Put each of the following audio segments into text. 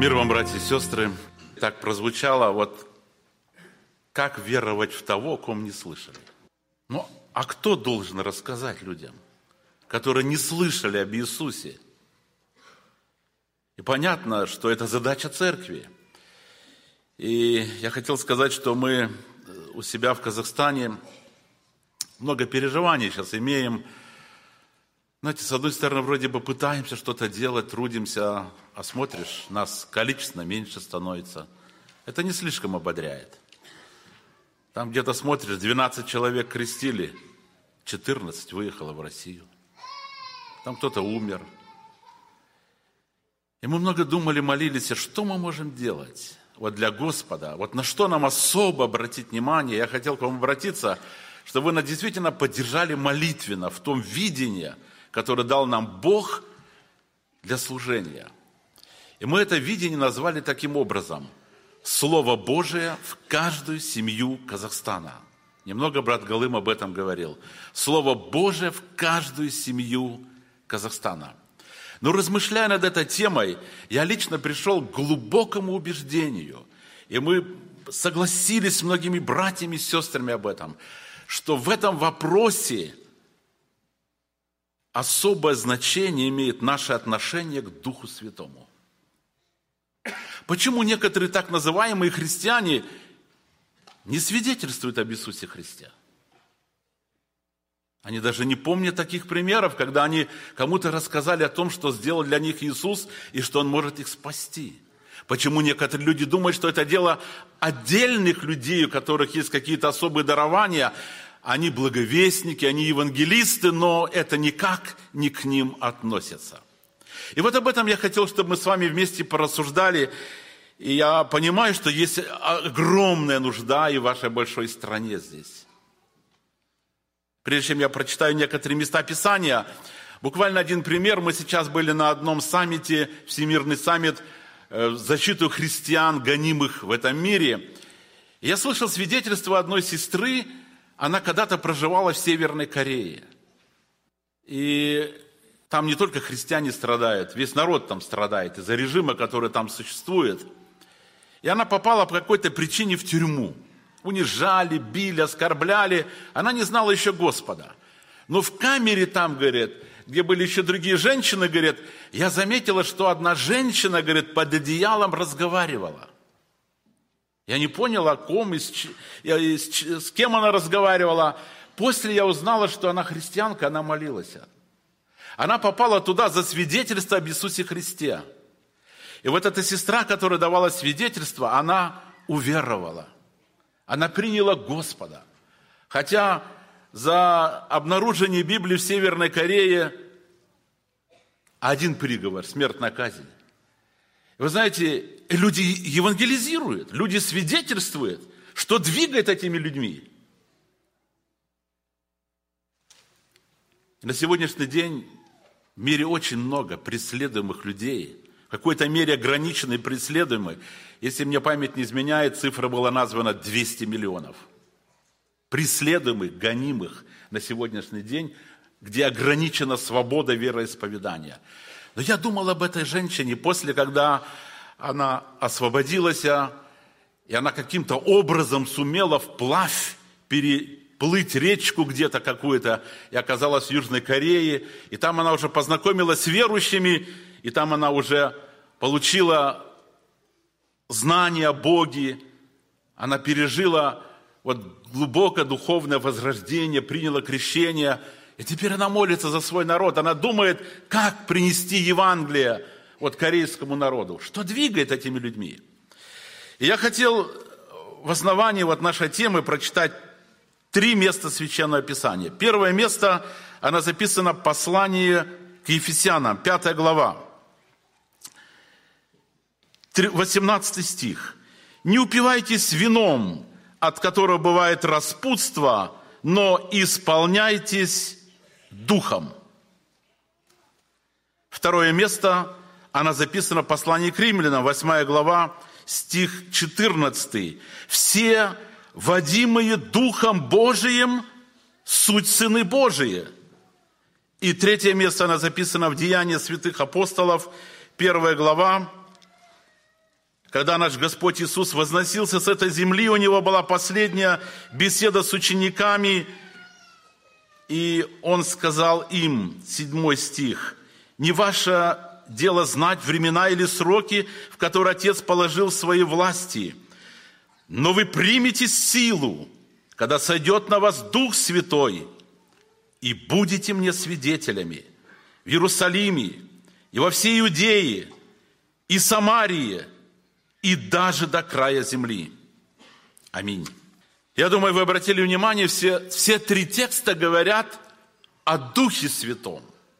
Мир вам, братья и сестры. Так прозвучало, как веровать в того, о ком не слышали. А кто должен рассказать людям, которые не слышали об Иисусе? И понятно, что это задача церкви. И я хотел сказать, что мы у себя в Казахстане много переживаний сейчас имеем. Знаете, с одной стороны, вроде бы пытаемся что-то делать, трудимся, а смотришь, нас количественно меньше становится. Это не слишком ободряет. Там где-то смотришь, 12 человек крестили, 14 выехало в Россию. Там кто-то умер. И мы много думали, молились, что мы можем делать для Господа, на что нам особо обратить внимание. Я хотел к вам обратиться, чтобы вы нас действительно поддержали молитвенно в том видении, которое дал нам Бог для служения. И мы это видение назвали таким образом: Слово Божие в каждую семью Казахстана. Немного брат Галым об этом говорил. Слово Божие в каждую семью Казахстана. Но размышляя над этой темой, я лично пришел к глубокому убеждению, и мы согласились с многими братьями и сестрами об этом, что в этом вопросе особое значение имеет наше отношение к Духу Святому. Почему некоторые так называемые христиане не свидетельствуют об Иисусе Христе? Они даже не помнят таких примеров, когда они кому-то рассказали о том, что сделал для них Иисус и что Он может их спасти. Почему некоторые люди думают, что это дело отдельных людей, у которых есть какие-то особые дарования, они благовестники, они евангелисты, но это никак не к ним относится. И об этом я хотел, чтобы мы с вами вместе порассуждали. И я понимаю, что есть огромная нужда и в вашей большой стране здесь. Прежде чем я прочитаю некоторые места Писания, буквально один пример. Мы сейчас были на одном саммите, Всемирный саммит, в защиту христиан, гонимых в этом мире. И я слышал свидетельство одной сестры. Она когда-то проживала в Северной Корее. И там не только христиане страдают, весь народ там страдает из-за режима, который там существует. И она попала по какой-то причине в тюрьму. Унижали, били, оскорбляли. Она не знала еще Господа. Но в камере там, говорит, где были еще другие женщины, говорит, я заметила, что одна женщина, говорит, под одеялом разговаривала. Я не понял, о ком, с кем она разговаривала. После я узнала, что она христианка, она молилась. Она попала туда за свидетельство об Иисусе Христе. И эта сестра, которая давала свидетельство, она уверовала. Она приняла Господа. Хотя за обнаружение Библии в Северной Корее один приговор – смертная казнь. Вы знаете, люди евангелизируют, люди свидетельствуют, что двигает этими людьми. На сегодняшний день в мире очень много преследуемых людей, в какой-то мере ограниченные преследуемые. Если мне память не изменяет, цифра была названа 200 миллионов. Преследуемых, гонимых на сегодняшний день, где ограничена свобода вероисповедания. Но я думал об этой женщине после, когда она освободилась, и она каким-то образом сумела вплавь переплыть речку где-то какую-то, и оказалась в Южной Корее, и там она уже познакомилась с верующими, и там она уже получила знание о Боге, она пережила глубокое духовное возрождение, приняла крещение, и теперь она молится за свой народ. Она думает, как принести Евангелие корейскому народу. Что двигает этими людьми? И я хотел в основании нашей темы прочитать 3 места Священного Писания. Первое место, оно записано в послании к Ефесянам, 5 глава, 18 стих. «Не упивайтесь вином, от которого бывает распутство, но исполняйтесь Духом». Второе место, оно записано в послании к Римлянам, 8 глава, стих 14. «Все, водимые Духом Божиим, суть сыны Божии». И третье место, оно записано в Деяниях святых апостолов, 1 глава, когда наш Господь Иисус возносился с этой земли, у Него была последняя беседа с учениками, и Он сказал им, 7 стих, «Не ваше дело знать времена или сроки, в которые Отец положил свои власти, но вы примете силу, когда сойдет на вас Дух Святой, и будете мне свидетелями в Иерусалиме и во всей Иудее и Самарии, и даже до края земли». Аминь. Я думаю, вы обратили внимание, все 3 текста говорят о Духе Святом.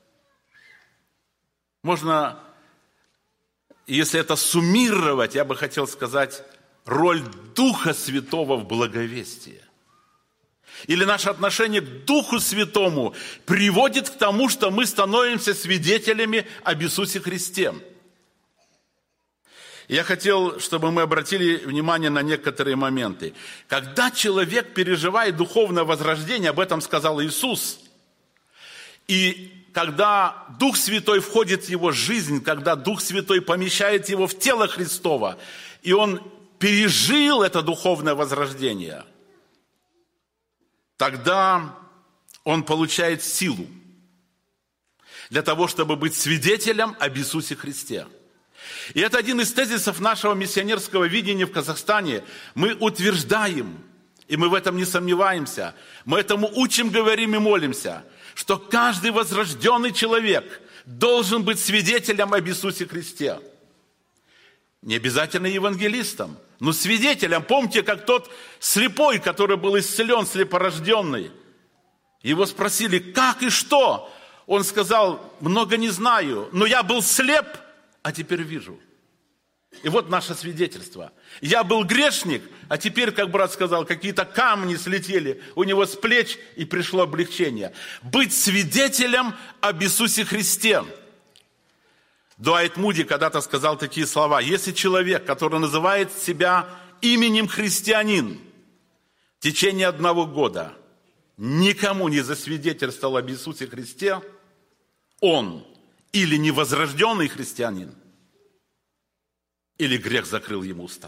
Можно, если это суммировать, я бы хотел сказать, роль Духа Святого в благовестии. Или наше отношение к Духу Святому приводит к тому, что мы становимся свидетелями об Иисусе Христе. Я хотел, чтобы мы обратили внимание на некоторые моменты. Когда человек переживает духовное возрождение, об этом сказал Иисус, и когда Дух Святой входит в его жизнь, когда Дух Святой помещает его в тело Христово, и он пережил это духовное возрождение, тогда он получает силу для того, чтобы быть свидетелем об Иисусе Христе. И это один из тезисов нашего миссионерского видения в Казахстане. Мы утверждаем, и мы в этом не сомневаемся, мы этому учим, говорим и молимся, что каждый возрожденный человек должен быть свидетелем об Иисусе Христе. Не обязательно евангелистом, но свидетелем. Помните, как тот слепой, который был исцелен, слепорожденный. Его спросили, как и что? Он сказал, много не знаю, но я был слеп, а теперь вижу. И вот наше свидетельство. Я был грешник, а теперь, как брат сказал, какие-то камни слетели у него с плеч, и пришло облегчение. Быть свидетелем об Иисусе Христе. Дуайт Муди когда-то сказал такие слова. Если человек, который называет себя именем христианин, в течение 1 года никому не засвидетельствовал об Иисусе Христе, он или невозрожденный христианин, или грех закрыл ему уста.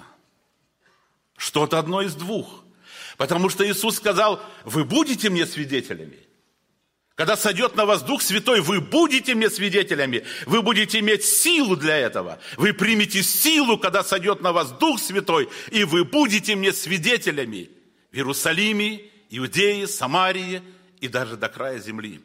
Что-то одно из двух. Потому что Иисус сказал, вы будете мне свидетелями. Когда сойдет на вас Дух Святой, вы будете мне свидетелями. Вы будете иметь силу для этого. Вы примете силу, когда сойдет на вас Дух Святой, и вы будете мне свидетелями в Иерусалиме, Иудее, Самарии и даже до края земли.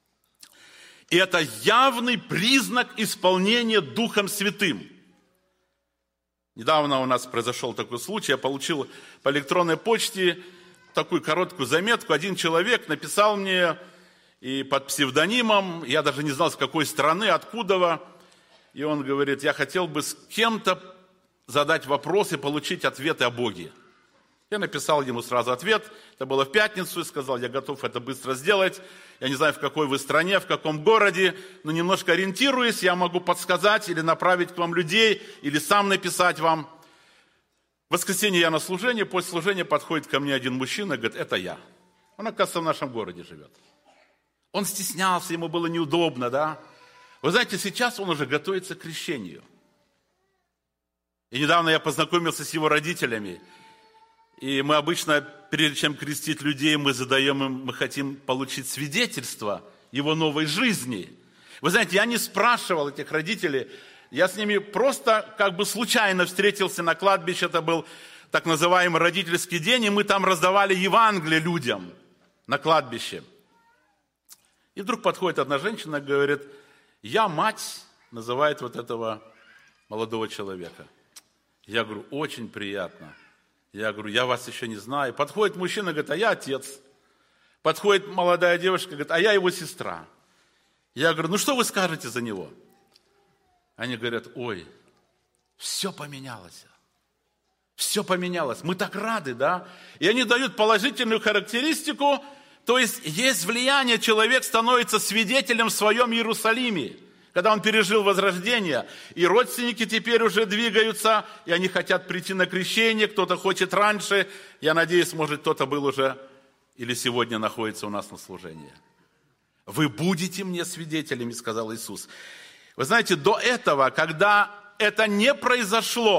И это явный признак исполнения Духом Святым. Недавно у нас произошел такой случай, я получил по электронной почте такую короткую заметку. Один человек написал мне и под псевдонимом, я даже не знал, с какой страны, откуда. И он говорит, я хотел бы с кем-то задать вопрос и получить ответы о Боге. Я написал ему сразу ответ, это было в пятницу, и сказал, я готов это быстро сделать. Я не знаю, в какой вы стране, в каком городе, но немножко ориентируясь, я могу подсказать или направить к вам людей, или сам написать вам. В воскресенье я на служении, после служения подходит ко мне один мужчина и говорит, это я. Он, оказывается, в нашем городе живет. Он стеснялся, ему было неудобно, да. Вы знаете, сейчас он уже готовится к крещению. И недавно я познакомился с его родителями. И мы обычно, прежде чем крестить людей, мы задаем им, мы хотим получить свидетельство его новой жизни. Вы знаете, я не спрашивал этих родителей, я с ними просто как бы случайно встретился на кладбище, это был так называемый родительский день, и мы там раздавали Евангелие людям на кладбище. И вдруг подходит одна женщина и говорит, я мать, называет вот этого молодого человека. Я говорю, очень приятно. Я говорю, я вас еще не знаю. Подходит мужчина, говорит, а я отец. Подходит молодая девушка, говорит, а я его сестра. Я говорю, ну что вы скажете за него? Они говорят, ой, все поменялось. Все поменялось. Мы так рады, да? И они дают положительную характеристику, то есть влияние, человек становится свидетелем в своем Иерусалиме. Когда он пережил возрождение, и родственники теперь уже двигаются, и они хотят прийти на крещение, кто-то хочет раньше. Я надеюсь, может, кто-то был уже или сегодня находится у нас на служении. Вы будете мне свидетелями, сказал Иисус. Вы знаете, до этого, когда это не произошло,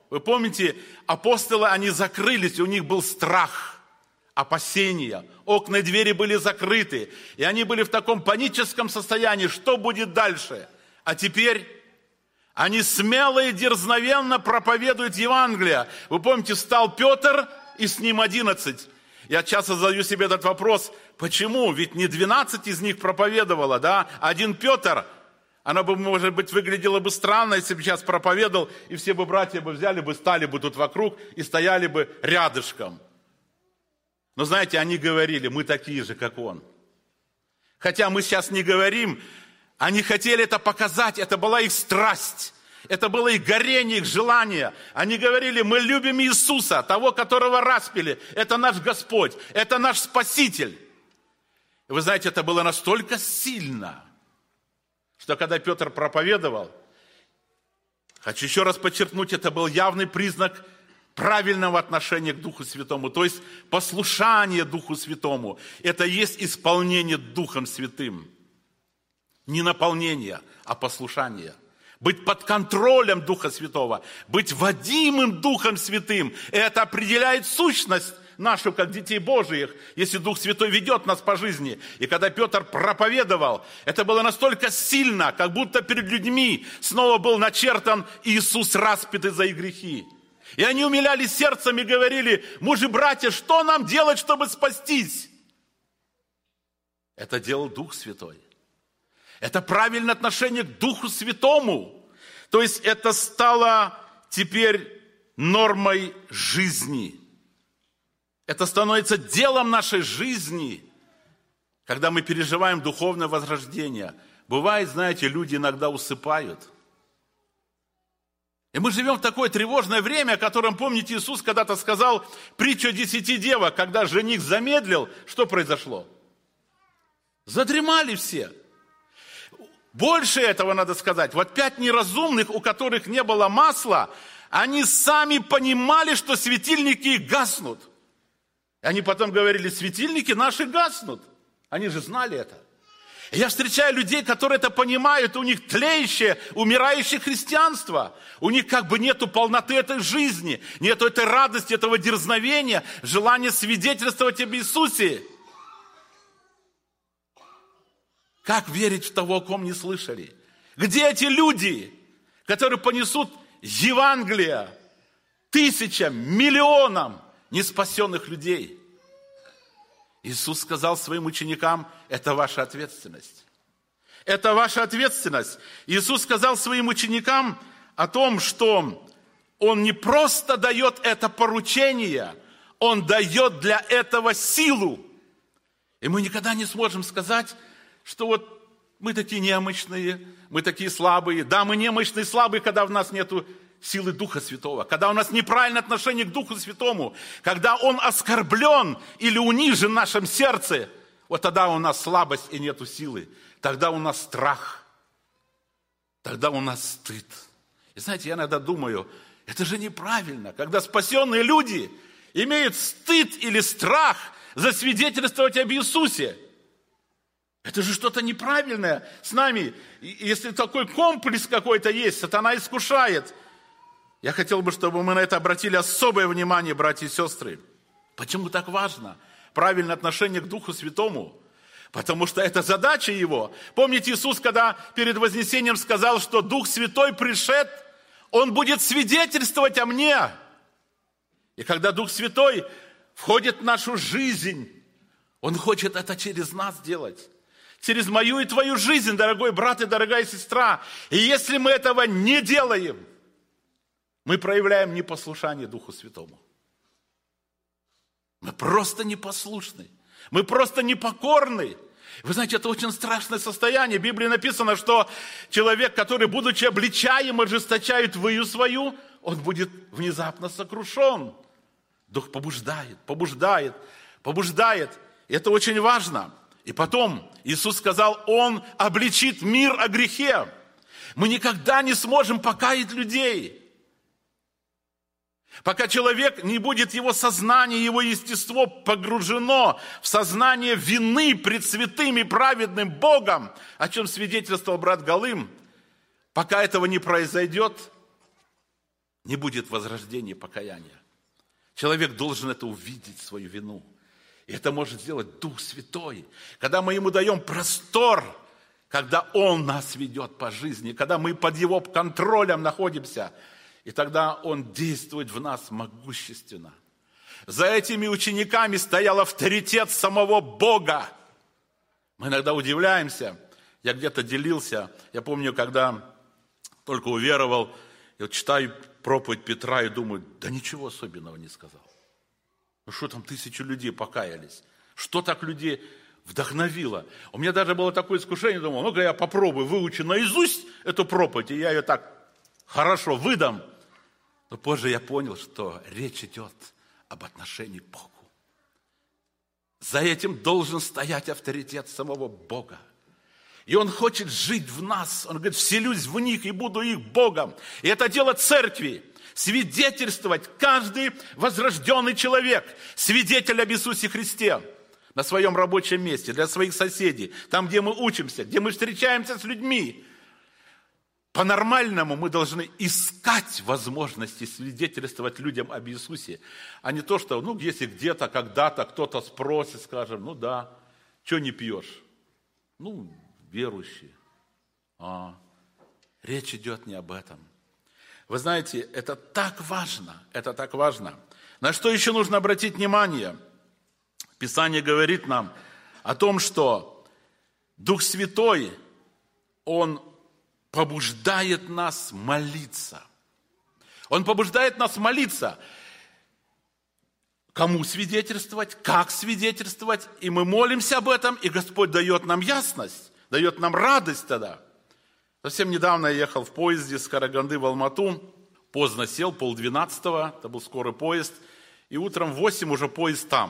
Вы помните, апостолы, они закрылись, у них был страх, опасения. Окна и двери были закрыты, и они были в таком паническом состоянии, что будет дальше. А теперь они смело и дерзновенно проповедуют Евангелие. Вы помните, встал Петр, и с ним 11. Я часто задаю себе этот вопрос, почему? Ведь не 12 из них проповедовало, да? Один Петр. Она бы, может быть, выглядела бы странно, если бы сейчас проповедовал, и все бы братья бы взяли бы, стали бы тут вокруг и стояли бы рядышком. Но знаете, они говорили, мы такие же, как он. Хотя мы сейчас не говорим, они хотели это показать, это была их страсть, это было их горение, их желание. Они говорили, мы любим Иисуса, того, которого распяли, это наш Господь, это наш Спаситель. И вы знаете, это было настолько сильно, что когда Петр проповедовал, хочу еще раз подчеркнуть, это был явный признак правильного отношения к Духу Святому, то есть послушание Духу Святому. Это и есть исполнение Духом Святым. Не наполнение, а послушание. Быть под контролем Духа Святого, быть водимым Духом Святым. И это определяет сущность нашу, как детей Божиих, если Дух Святой ведет нас по жизни. И когда Петр проповедовал, это было настолько сильно, как будто перед людьми снова был начертан Иисус, распятый за их грехи. И они умилялись сердцем и говорили, мужи, братья, что нам делать, чтобы спастись? Это делал Дух Святой. Это правильное отношение к Духу Святому. То есть это стало теперь нормой жизни. Это становится делом нашей жизни, когда мы переживаем духовное возрождение. Бывает, знаете, люди иногда усыпают. И мы живем в такое тревожное время, о котором, помните, Иисус когда-то сказал притчу о 10 девах, когда жених замедлил, что произошло? Задремали все. Больше этого надо сказать. Вот 5 неразумных, у которых не было масла, они сами понимали, что светильники их гаснут. И они потом говорили, светильники наши гаснут. Они же знали это. И я встречаю людей, которые это понимают, у них тлеющее, умирающее христианство. У них как бы нету полноты этой жизни, нету этой радости, этого дерзновения, желания свидетельствовать об Иисусе. Как верить в того, о ком не слышали? Где эти люди, которые понесут Евангелие тысячам, миллионам неспасенных людей? Иисус сказал своим ученикам, это ваша ответственность. Это ваша ответственность. Иисус сказал своим ученикам о том, что Он не просто дает это поручение, Он дает для этого силу. И мы никогда не сможем сказать, что вот мы такие немощные, мы такие слабые. Да, мы немощные и слабые, когда в нас нету силы Духа Святого, когда у нас неправильное отношение к Духу Святому, когда Он оскорблен или унижен в нашем сердце, вот тогда у нас слабость и нету силы. Тогда у нас страх, тогда у нас стыд. И знаете, я иногда думаю, это же неправильно, когда спасенные люди имеют стыд или страх засвидетельствовать об Иисусе. Это же что-то неправильное с нами. Если такой комплекс какой-то есть, сатана искушает. Я хотел бы, чтобы мы на это обратили особое внимание, братья и сестры. Почему так важно? Правильное отношение к Духу Святому. Потому что это задача Его. Помните, Иисус, когда перед Вознесением сказал, что Дух Святой пришед, Он будет свидетельствовать о мне. И когда Дух Святой входит в нашу жизнь, Он хочет это через нас делать. Через мою и твою жизнь, дорогой брат и дорогая сестра. И если мы этого не делаем, мы проявляем непослушание Духу Святому. Мы просто непослушны. Мы просто непокорны. Вы знаете, это очень страшное состояние. В Библии написано, что человек, который, будучи обличаем, ожесточает выю свою, он будет внезапно сокрушен. Дух побуждает. И это очень важно. И потом Иисус сказал, Он обличит мир о грехе. Мы никогда не сможем покаять людей. Пока человек не будет, его сознание, его естество погружено в сознание вины пред святым и праведным Богом, о чем свидетельствовал брат Галым, пока этого не произойдет, не будет возрождения и покаяния. Человек должен это увидеть, свою вину. И это может сделать Дух Святой. Когда мы Ему даем простор, когда Он нас ведет по жизни, когда мы под Его контролем находимся, и тогда Он действует в нас могущественно. За этими учениками стоял авторитет самого Бога. Мы иногда удивляемся. Я где-то делился. Я помню, когда только уверовал, я вот читаю проповедь Петра и думаю, да ничего особенного не сказал. Ну что там, 1000 людей покаялись? Что так людей вдохновило? У меня даже было такое искушение, думал, ну-ка я попробую, выучу наизусть эту проповедь, и я ее так хорошо выдам. Но позже я понял, что речь идет об отношении к Богу. За этим должен стоять авторитет самого Бога. И Он хочет жить в нас. Он говорит, вселюсь в них и буду их Богом. И это дело церкви. Свидетельствовать каждый возрожденный человек, свидетель об Иисусе Христе на своем рабочем месте, для своих соседей, там, где мы учимся, где мы встречаемся с людьми. По-нормальному мы должны искать возможности свидетельствовать людям об Иисусе, а не то, что, ну, если где-то, когда-то кто-то спросит, скажем, ну да, что не пьешь? Ну, верующие. Речь идет не об этом. Вы знаете, это так важно, это так важно. На что еще нужно обратить внимание? Писание говорит нам о том, что Дух Святой, Он побуждает нас молиться. Он побуждает нас молиться. Кому свидетельствовать, как свидетельствовать. И мы молимся об этом, и Господь дает нам ясность, дает нам радость тогда. Совсем недавно я ехал в поезде с Караганды в Алмату. Поздно сел, 11:30, это был скорый поезд. И утром в 8 уже поезд там.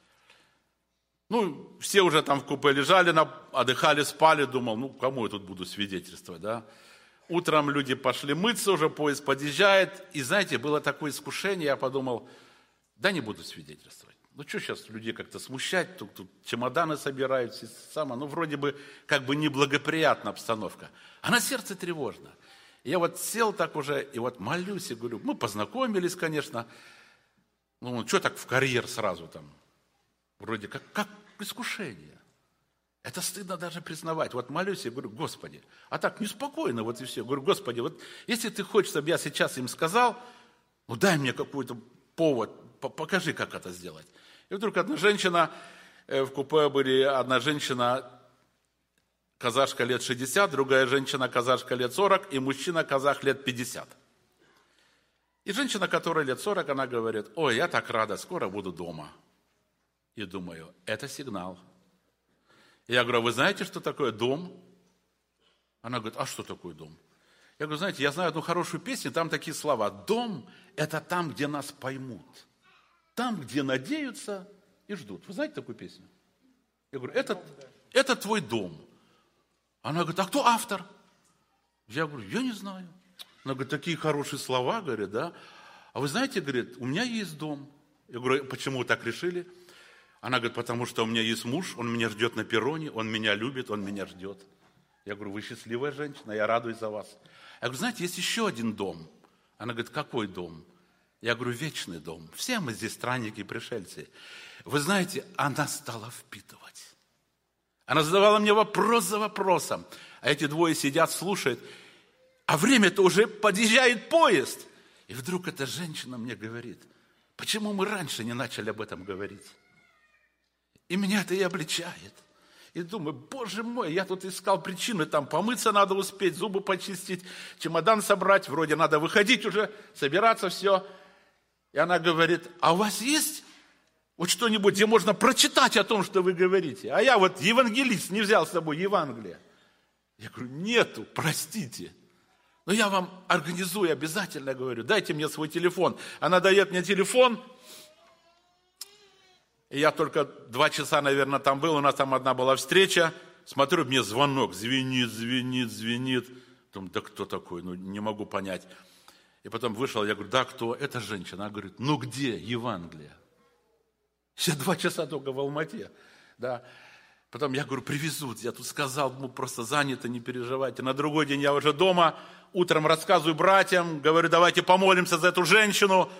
Ну, все уже там в купе лежали, отдыхали, спали. Думал, ну, кому я тут буду свидетельствовать, да? Утром люди пошли мыться, уже поезд подъезжает. И, знаете, было такое искушение, я подумал, да не буду свидетельствовать. Ну, что сейчас людей как-то смущать, тут чемоданы собирают, ну, вроде бы, как бы неблагоприятная обстановка. А на сердце тревожно. И я вот сел так уже, и вот молюсь, и говорю, мы познакомились, конечно. Ну, что так в карьер сразу там? Вроде как искушение. Это стыдно даже признавать. Вот молюсь и говорю, Господи, а так неспокойно, вот и все. Говорю, Господи, вот если Ты хочешь, чтобы я сейчас им сказал, ну, дай мне какой-то повод, покажи, как это сделать. И вдруг одна женщина, в купе были одна женщина, казашка лет 60, другая женщина, казашка лет 40, и мужчина, казах лет 50. И женщина, которая лет 40, она говорит, ой, я так рада, скоро буду дома. И думаю, это сигнал. И я говорю, вы знаете, что такое дом? Она говорит, а что такое дом? Я говорю, знаете, я знаю одну хорошую песню, там такие слова. Дом – это там, где нас поймут. Там, где надеются и ждут. Вы знаете такую песню? Я говорю, это твой дом. Она говорит, а кто автор? Я говорю, я не знаю. Она говорит, такие хорошие слова, говорит, да. А вы знаете, говорит, у меня есть дом. Я говорю, почему вы так решили? Она говорит, потому что у меня есть муж, он меня ждет на перроне, он меня любит, он меня ждет. Я говорю, вы счастливая женщина, я радуюсь за вас. Я говорю, знаете, есть еще один дом. Она говорит, какой дом? Я говорю, вечный дом. Все мы здесь странники и пришельцы. Вы знаете, она стала впитывать. Она задавала мне вопрос за вопросом. А эти двое сидят, слушают. А время-то уже подъезжает поезд. И вдруг эта женщина мне говорит, почему мы раньше не начали об этом говорить? И меня это и обличает. И думаю, боже мой, я тут искал причины, там помыться надо успеть, зубы почистить, чемодан собрать, вроде надо выходить уже, собираться, все. И она говорит, а у вас есть вот что-нибудь, где можно прочитать о том, что вы говорите? А я вот евангелист, не взял с собой Евангелие. Я говорю, нету, простите. Но я вам организую обязательно, говорю, дайте мне свой телефон. Она дает мне телефон. И я только 2 часа, наверное, там был, у нас там одна была встреча. Смотрю, мне звонок, звенит. Думаю, да кто такой, ну не могу понять. И потом вышел, я говорю, да, кто? Это женщина. Она говорит, ну где Евангелие? Я 2 часа только в Алмате. Да. Потом я говорю, привезут. Я тут сказал, ну просто занято, не переживайте. На другой день я уже дома. утром рассказываю братьям, говорю, давайте помолимся за эту женщину.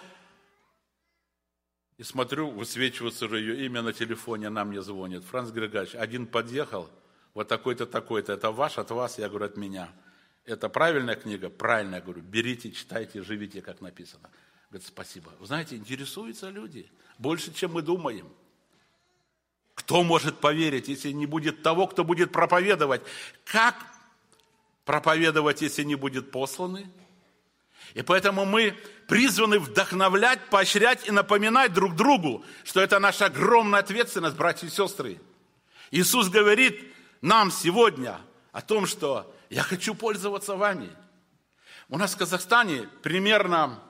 И смотрю, высвечивается ее имя на телефоне, она мне звонит. Франц Григорьевич, один подъехал, вот такой-то, такой-то. Это ваш, от вас? Я говорю, от меня. Это правильная книга? Правильная. Я говорю, берите, читайте, живите, как написано. Говорит, спасибо. Вы знаете, интересуются люди больше, чем мы думаем. Кто может поверить, если не будет того, кто будет проповедовать? Как проповедовать, если не будет посланы? И поэтому мы призваны вдохновлять, поощрять и напоминать друг другу, что это наша огромная ответственность, братья и сестры. Иисус говорит нам сегодня о том, что я хочу пользоваться вами. У нас в Казахстане примерно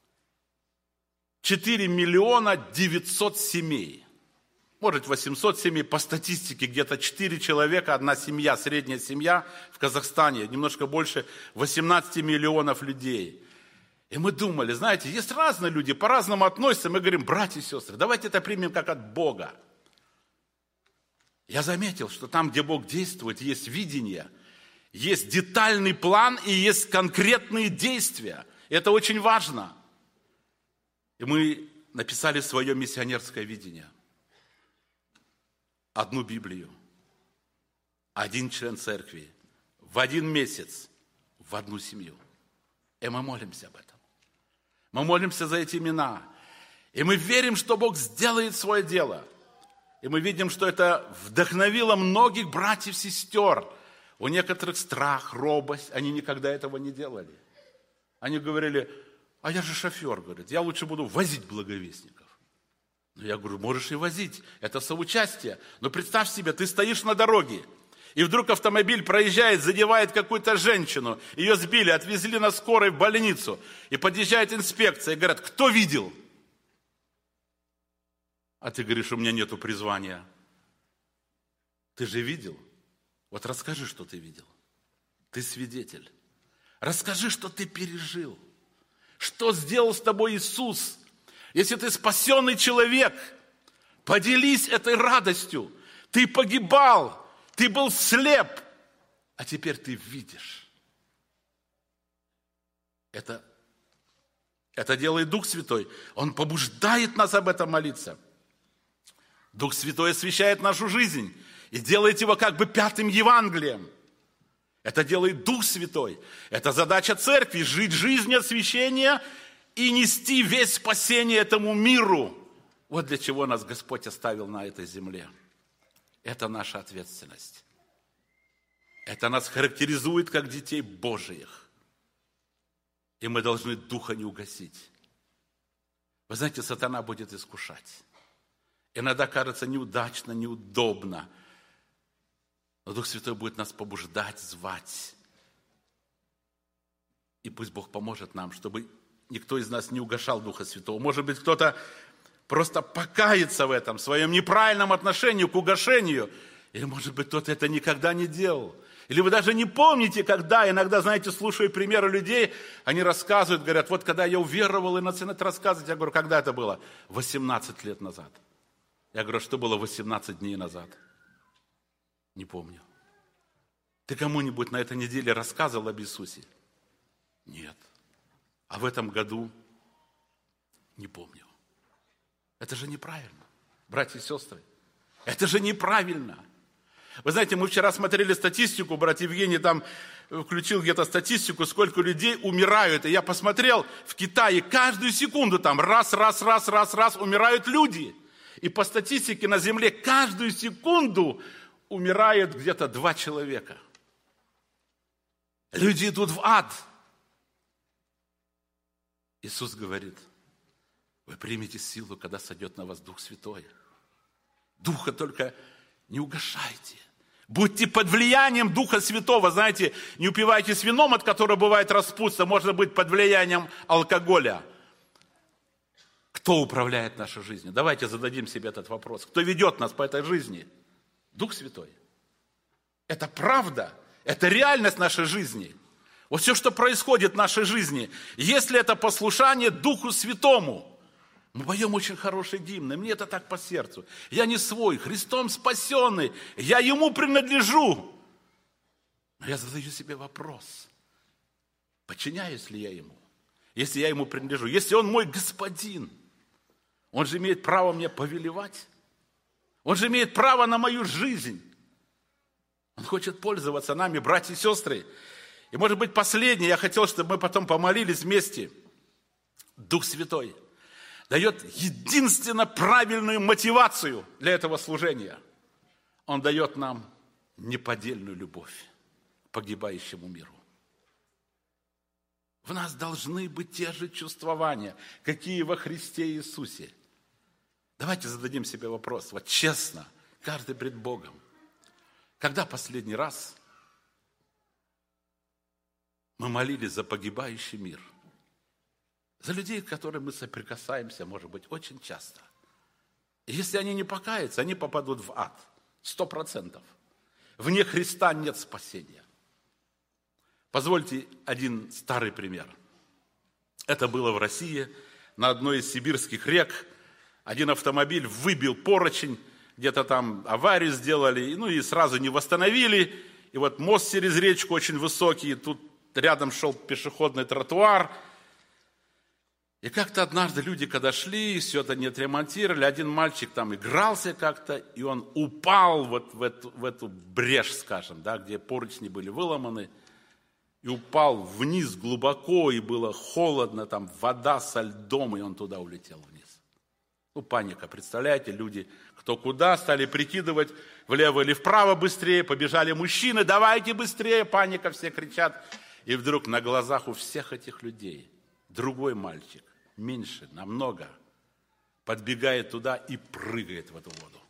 4 миллиона 900 семей. Может, 800 семей, по статистике где-то 4 человека, одна семья, средняя семья в Казахстане, немножко больше 18 миллионов людей. И мы думали, знаете, есть разные люди, по-разному относятся, мы говорим, братья и сестры, давайте это примем как от Бога. Я заметил, что там, где Бог действует, есть видение, есть детальный план и есть конкретные действия. И это очень важно. И мы написали свое миссионерское видение. Одну Библию, один член церкви, в один месяц, в одну семью. И мы молимся об этом. Мы молимся за эти имена. И мы верим, что Бог сделает свое дело. И мы видим, что это вдохновило многих братьев и сестер. У некоторых страх, робость, они никогда этого не делали. Они говорили, а я же шофер, говорит, я лучше буду возить благовестников. Я говорю, можешь и возить, это соучастие. Но представь себе, ты стоишь на дороге, и вдруг автомобиль проезжает, задевает какую-то женщину, ее сбили, отвезли на скорой в больницу, и подъезжает инспекция, и говорят, кто видел? А ты говоришь, у меня нету призвания. Ты же видел? Вот расскажи, что ты видел. Ты свидетель. Расскажи, что ты пережил. Что сделал с тобой Иисус? Если ты спасенный человек, поделись этой радостью. Ты погибал, ты был слеп, а теперь ты видишь. Это делает Дух Святой. Он побуждает нас об этом молиться. Дух Святой освещает нашу жизнь и делает его как бы пятым Евангелием. Это делает Дух Святой. Это задача церкви – жить жизнью освящения и нести весь спасение этому миру. Вот для чего нас Господь оставил на этой земле. Это наша ответственность. Это нас характеризует как детей Божиих. И мы должны духа не угасить. Вы знаете, сатана будет искушать. Иногда кажется неудачно, неудобно. Но Дух Святой будет нас побуждать, звать. И пусть Бог поможет нам, чтобы никто из нас не угашал Духа Святого. Может быть, кто-то просто покается в этом, в своем неправильном отношении к угашению. Или, может быть, кто-то это никогда не делал. Или вы даже не помните, когда. Иногда, знаете, слушаю примеры людей, они рассказывают, говорят, вот когда я уверовал и начинают рассказывать. Я говорю, когда это было? 18 лет назад. Я говорю, что было 18 дней назад? Не помню. Ты кому-нибудь на этой неделе рассказывал об Иисусе? Нет. А в этом году не помню. Это же неправильно, братья и сестры. Это же неправильно. Вы знаете, мы вчера смотрели статистику, брат Евгений там включил где-то статистику, сколько людей умирают. И я посмотрел, в Китае каждую секунду там раз умирают люди. И по статистике на земле каждую секунду умирает где-то 2 человека. Люди идут в ад. Иисус говорит, вы примете силу, когда сойдет на вас Дух Святой. Духа только не угашайте. Будьте под влиянием Духа Святого. Знаете, не упивайтесь вином, от которого бывает распутство. Можно быть под влиянием алкоголя. Кто управляет нашей жизнью? Давайте зададим себе этот вопрос. Кто ведет нас по этой жизни? Дух Святой. Это правда. Это реальность нашей жизни. Вот все, что происходит в нашей жизни, если это послушание Духу Святому. Мы поем очень хорошие гимны, мне это так по сердцу. Я не свой, Христом спасенный, я Ему принадлежу. Но я задаю себе вопрос. Подчиняюсь ли я ему? Если я ему принадлежу, если он мой господин, он же имеет право мне повелевать. Он же имеет право на мою жизнь. Он хочет пользоваться нами, братья и сестры. И, может быть, последнее, я хотел, чтобы мы потом помолились вместе. Дух Святой дает единственно правильную мотивацию для этого служения. Он дает нам неподдельную любовь к погибающему миру. В нас должны быть те же чувствования, какие во Христе Иисусе. Давайте зададим себе вопрос, вот честно, каждый пред Богом. Когда последний раз мы молились за погибающий мир? За людей, с которыми мы соприкасаемся, может быть, очень часто. И если они не покаятся, они попадут в ад. 100%. Вне Христа нет спасения. Позвольте один старый пример. Это было в России, на одной из сибирских рек. Один автомобиль выбил поручень, где-то там аварию сделали, и сразу не восстановили. И вот мост через речку очень высокий, тут рядом шел пешеходный тротуар. И как-то однажды люди, когда шли, все это не отремонтировали, один мальчик там игрался как-то, и он упал вот в эту брешь, скажем, да, где поручни были выломаны, и упал вниз глубоко, и было холодно, там вода со льдом, и он туда улетел вниз. Паника, представляете, люди кто куда, стали прикидывать, влево или вправо быстрее, побежали мужчины, давайте быстрее, паника, все кричат. И вдруг на глазах у всех этих людей другой мальчик, меньше, намного, подбегает туда и прыгает в эту воду.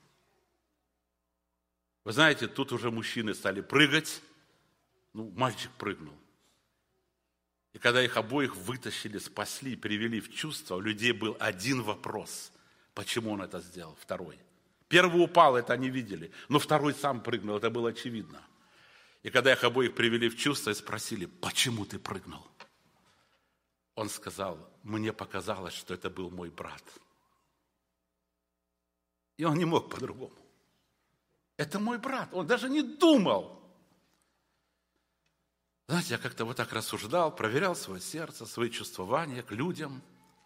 Вы знаете, тут уже мужчины стали прыгать, мальчик прыгнул. И когда их обоих вытащили, спасли, привели в чувство, у людей был один вопрос. Почему он это сделал? Второй. Первый упал, это они видели, но второй сам прыгнул, это было очевидно. И когда их обоих привели в чувство и спросили, почему ты прыгнул? Он сказал, мне показалось, что это был мой брат. И он не мог по-другому. Это мой брат, он даже не думал. Знаете, я как-то вот так рассуждал, проверял свое сердце, свои чувствования к людям.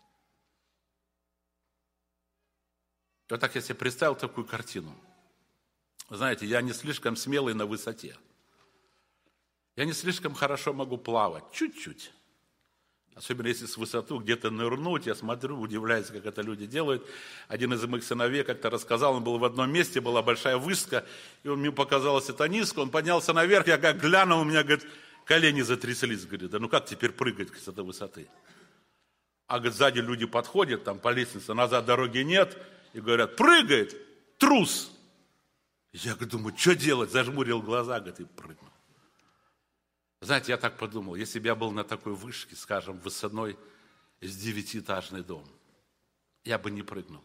Вот так я себе представил такую картину. Вы знаете, я не слишком смелый на высоте. Я не слишком хорошо могу плавать, чуть-чуть. Особенно если с высоту где-то нырнуть, я смотрю, удивляюсь, как это люди делают. Один из моих сыновей как-то рассказал, он был в одном месте, была большая вышка, и мне показалось это низко, он поднялся наверх, я как глянул, у меня, говорит, колени затряслись, говорит, да как теперь прыгать с этой высоты? А, говорит, сзади люди подходят, там по лестнице, назад дороги нет, и говорят, прыгает, трус. Я думаю, что делать? Зажмурил глаза, говорит, и прыгнул. Знаете, я так подумал, если бы я был на такой вышке, скажем, высотой с 9-этажный дом, я бы не прыгнул.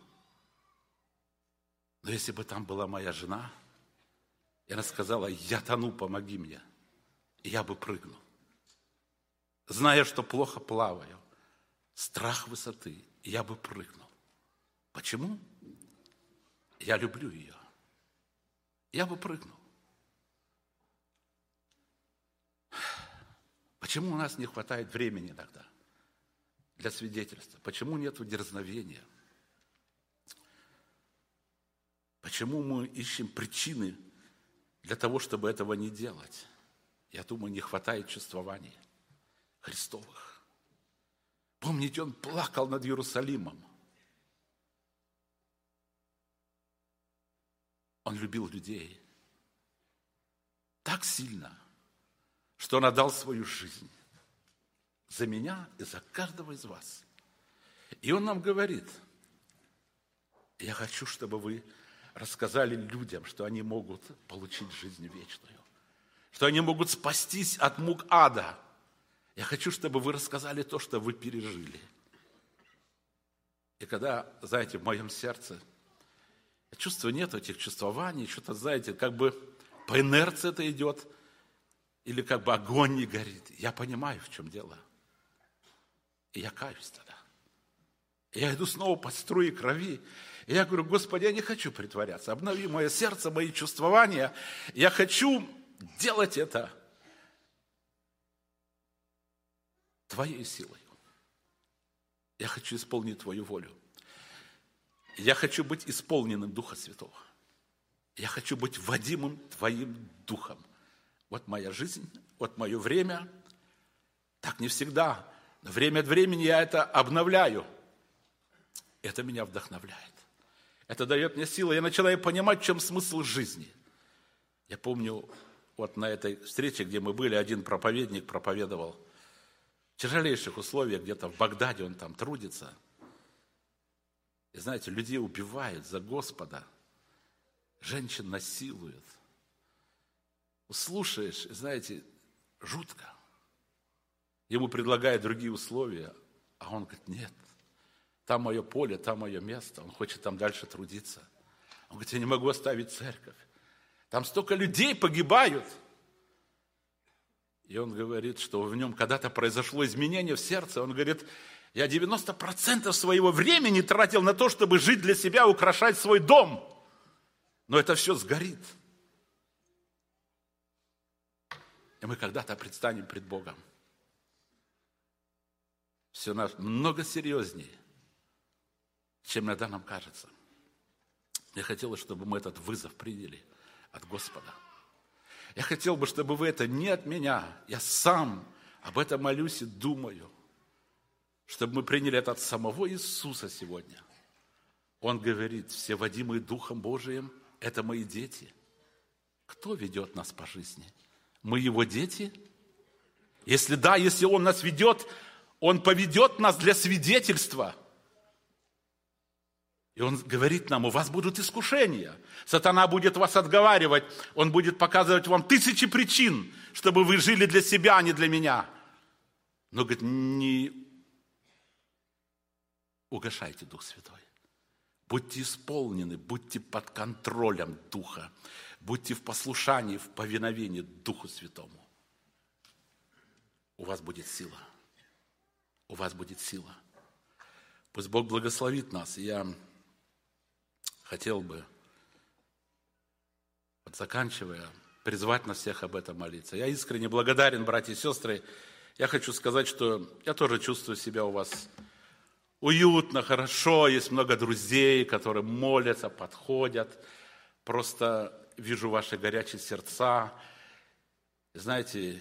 Но если бы там была моя жена, и она сказала, я тону, помоги мне, и я бы прыгнул. Зная, что плохо плаваю, страх высоты, я бы прыгнул. Почему? Я люблю ее. Я бы прыгнул. Почему у нас не хватает времени иногда для свидетельства? Почему нет дерзновения? Почему мы ищем причины для того, чтобы этого не делать? Я думаю, не хватает чувствований Христовых. Помните, он плакал над Иерусалимом. Он любил людей так сильно, что он отдал свою жизнь за меня и за каждого из вас. И он нам говорит, я хочу, чтобы вы рассказали людям, что они могут получить жизнь вечную, что они могут спастись от мук ада. Я хочу, чтобы вы рассказали то, что вы пережили. И когда, знаете, в моем сердце, я чувствую, нет этих чувствований, что-то, знаете, как бы по инерции это идет, или как бы огонь не горит. Я понимаю, в чем дело. И я каюсь тогда. И я иду снова под струи крови. И я говорю, Господи, я не хочу притворяться. Обнови мое сердце, мои чувствования. Я хочу делать это. Твоей силой. Я хочу исполнить Твою волю. Я хочу быть исполненным Духа Святого. Я хочу быть водимым Твоим Духом. Вот моя жизнь, вот мое время. Так не всегда. Но время от времени я это обновляю. Это меня вдохновляет. Это дает мне силы. Я начинаю понимать, в чем смысл жизни. Я помню, вот на этой встрече, где мы были, один проповедник проповедовал в тяжелейших условиях, где-то в Багдаде он там трудится. И знаете, людей убивают за Господа, женщин насилуют. Слушаешь, и знаете, жутко. Ему предлагают другие условия, а он говорит, нет, там мое поле, там мое место, он хочет там дальше трудиться. Он говорит, я не могу оставить церковь. Там столько людей погибают. И он говорит, что в нем когда-то произошло изменение в сердце. Он говорит, я 90% своего времени тратил на то, чтобы жить для себя, украшать свой дом. Но это все сгорит. И мы когда-то предстанем пред Богом. Все намного серьезнее, чем иногда нам кажется. Я хотел, чтобы мы этот вызов приняли от Господа. Я хотел бы, чтобы вы это не от меня, я сам об этом молюсь и думаю, чтобы мы приняли это от самого Иисуса сегодня. Он говорит, все водимые Духом Божиим, это мои дети. Кто ведет нас по жизни? Мы Его дети? Если да, если Он нас ведет, Он поведет нас для свидетельства. И Он говорит нам, у вас будут искушения. Сатана будет вас отговаривать. Он будет показывать вам тысячи причин, чтобы вы жили для себя, а не для меня. Но, говорит, не угашайте Дух Святой. Будьте исполнены, будьте под контролем Духа. Будьте в послушании, в повиновении Духу Святому. У вас будет сила. У вас будет сила. Пусть Бог благословит нас. Я хотел бы, вот заканчивая, призвать нас всех об этом молиться. Я искренне благодарен, братья и сестры. Я хочу сказать, что я тоже чувствую себя у вас уютно, хорошо. Есть много друзей, которые молятся, подходят. Просто вижу ваши горячие сердца. Знаете,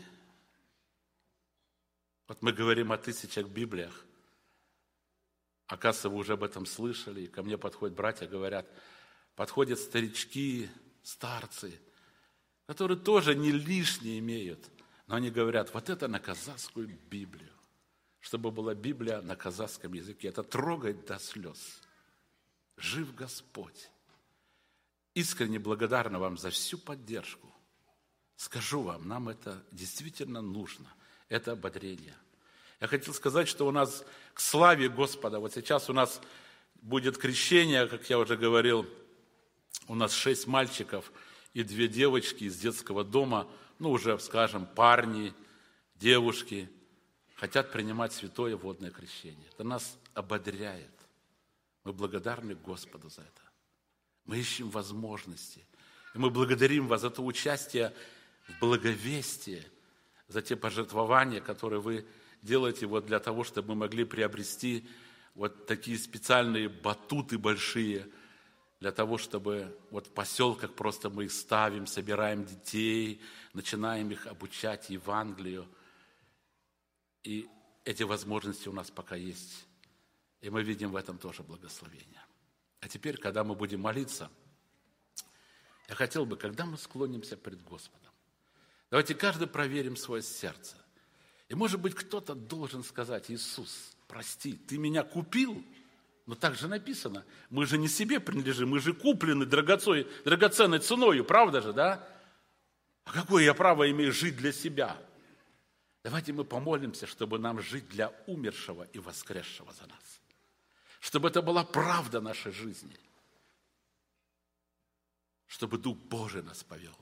вот мы говорим о 1000 Библиях. Оказывается, вы уже об этом слышали. И ко мне подходят братья, говорят, подходят старички, старцы, которые тоже не лишнее имеют. Но они говорят, вот это на казахскую Библию. Чтобы была Библия на казахском языке. Это трогает до слез. Жив Господь. Искренне благодарна вам за всю поддержку. Скажу вам, нам это действительно нужно. Это ободрение. Я хотел сказать, что у нас к славе Господа, вот сейчас у нас будет крещение, как я уже говорил, у нас 6 мальчиков и 2 девочки из детского дома, ну уже, скажем, парни, девушки, хотят принимать святое водное крещение. Это нас ободряет. Мы благодарны Господу за это. Мы ищем возможности. И мы благодарим вас за то участие в благовестии, за те пожертвования, которые вы делаете вот для того, чтобы мы могли приобрести вот такие специальные батуты большие, для того, чтобы вот в поселках просто мы их ставим, собираем детей, начинаем их обучать Евангелию. И эти возможности у нас пока есть. И мы видим в этом тоже благословение. А теперь, когда мы будем молиться, я хотел бы, когда мы склонимся пред Господом, давайте каждый проверим свое сердце. И, может быть, кто-то должен сказать, Иисус, прости, ты меня купил? Но так же написано, мы же не себе принадлежим, мы же куплены драгоценной ценою, правда же, да? А какое я право имею жить для себя? Давайте мы помолимся, чтобы нам жить для умершего и воскресшего за нас. Чтобы это была правда нашей жизни. Чтобы Дух Божий нас повел.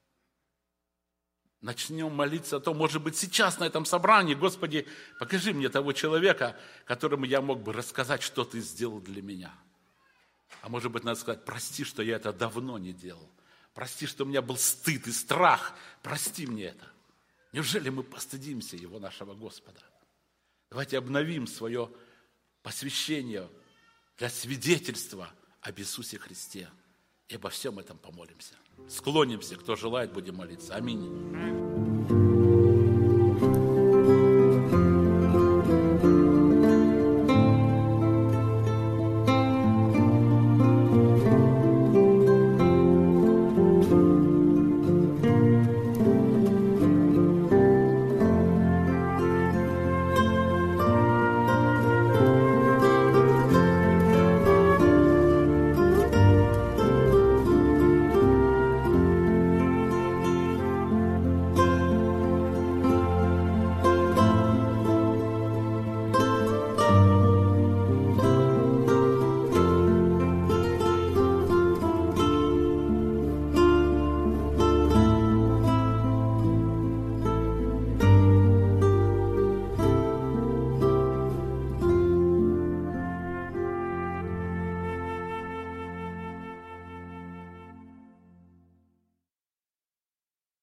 Начнем молиться о том, может быть, сейчас на этом собрании, Господи, покажи мне того человека, которому я мог бы рассказать, что Ты сделал для меня. А может быть, надо сказать, прости, что я это давно не делал. Прости, что у меня был стыд и страх. Прости мне это. Неужели мы постыдимся Его, нашего Господа? Давайте обновим свое посвящение для свидетельства об Иисусе Христе. И обо всем этом помолимся. Склонимся, кто желает, будем молиться. Аминь.